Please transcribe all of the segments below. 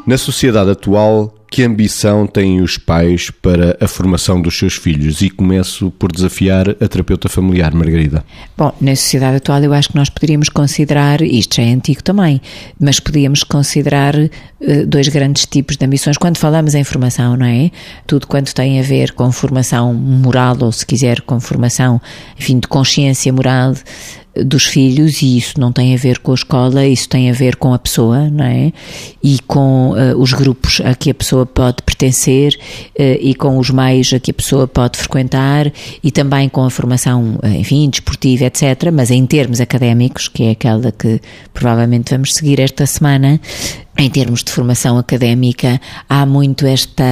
Na sociedade atual, que ambição têm os pais para a formação dos seus filhos? E começo por desafiar a terapeuta familiar, Margarida. Bom, na sociedade atual eu acho que nós poderíamos considerar, isto já é antigo também, mas podíamos considerar dois grandes tipos de ambições. Quando falamos em formação, não é? Tudo quanto tem a ver com formação moral, ou se quiser com formação, enfim, de consciência moral dos filhos, e isso não tem a ver com a escola, isso tem a ver com a pessoa, não é? E com os grupos a que a pessoa pode pertencer e com os meios a que a pessoa pode frequentar e também com a formação, enfim, desportiva, etc. Mas em termos académicos, que é aquela que provavelmente vamos seguir esta semana, em termos de formação académica, há muito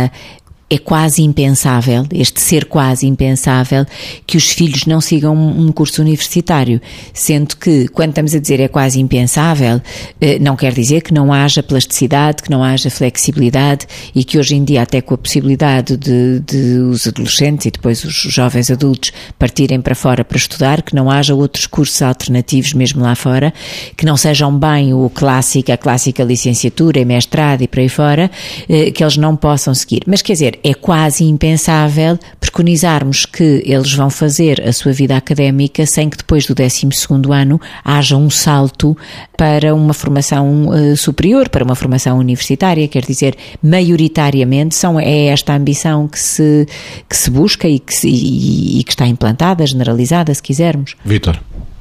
é quase impensável, este ser quase impensável, que os filhos não sigam um curso universitário, sendo que, quando estamos a dizer é quase impensável, não quer dizer que não haja plasticidade, que não haja flexibilidade e que hoje em dia, até com a possibilidade de os adolescentes e depois os jovens adultos partirem para fora para estudar, que não haja outros cursos alternativos mesmo lá fora, que não sejam bem a clássica licenciatura e mestrado e por aí fora, que eles não possam seguir. Mas quer dizer, é quase impensável preconizarmos que eles vão fazer a sua vida académica sem que depois do 12º ano haja um salto para uma formação superior, para uma formação universitária. Quer dizer, maioritariamente é esta a ambição que se busca e que está implantada, generalizada, se quisermos. Vítor.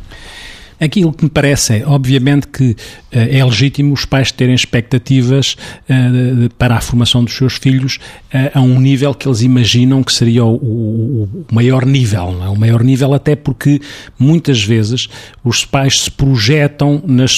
Aquilo que me parece é, obviamente, que é legítimo os pais terem expectativas para a formação dos seus filhos a um nível que eles imaginam que seria o maior nível, não é? O maior nível, até porque muitas vezes os pais se projetam nas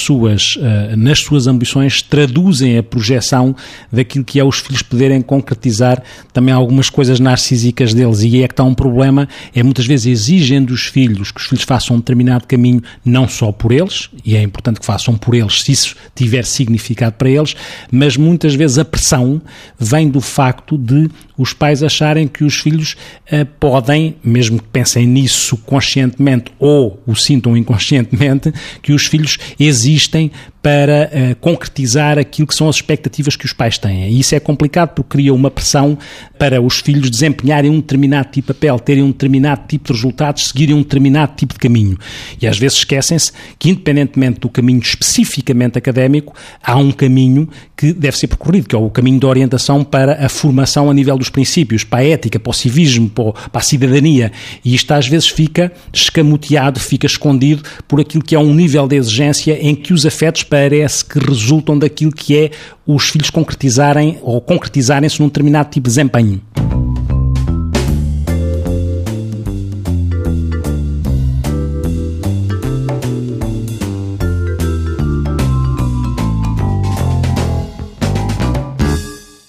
suas ambições, traduzem a projeção daquilo que é os filhos poderem concretizar também algumas coisas narcísicas deles, e é que está um problema, muitas vezes exigem dos filhos que os filhos façam um determinado caminho, não só por eles, e é importante que façam por eles se isso tiver significado para eles, mas muitas vezes a pressão vem do facto de os pais acharem que os filhos podem, mesmo que pensem nisso conscientemente ou o sintam inconscientemente, que os filhos existem para concretizar aquilo que são as expectativas que os pais têm. E isso é complicado porque cria uma pressão para os filhos desempenharem um determinado tipo de papel, terem um determinado tipo de resultados, seguirem um determinado tipo de caminho. E às vezes esquecem-se que, independentemente do caminho especificamente académico, há um caminho que deve ser percorrido, que é o caminho da orientação para a formação a nível dos princípios, para a ética, para o civismo, para a cidadania. E isto às vezes fica escamoteado, fica escondido por aquilo que é um nível de exigência em que os afetos parece que resultam daquilo que é os filhos concretizarem ou concretizarem-se num determinado tipo de desempenho.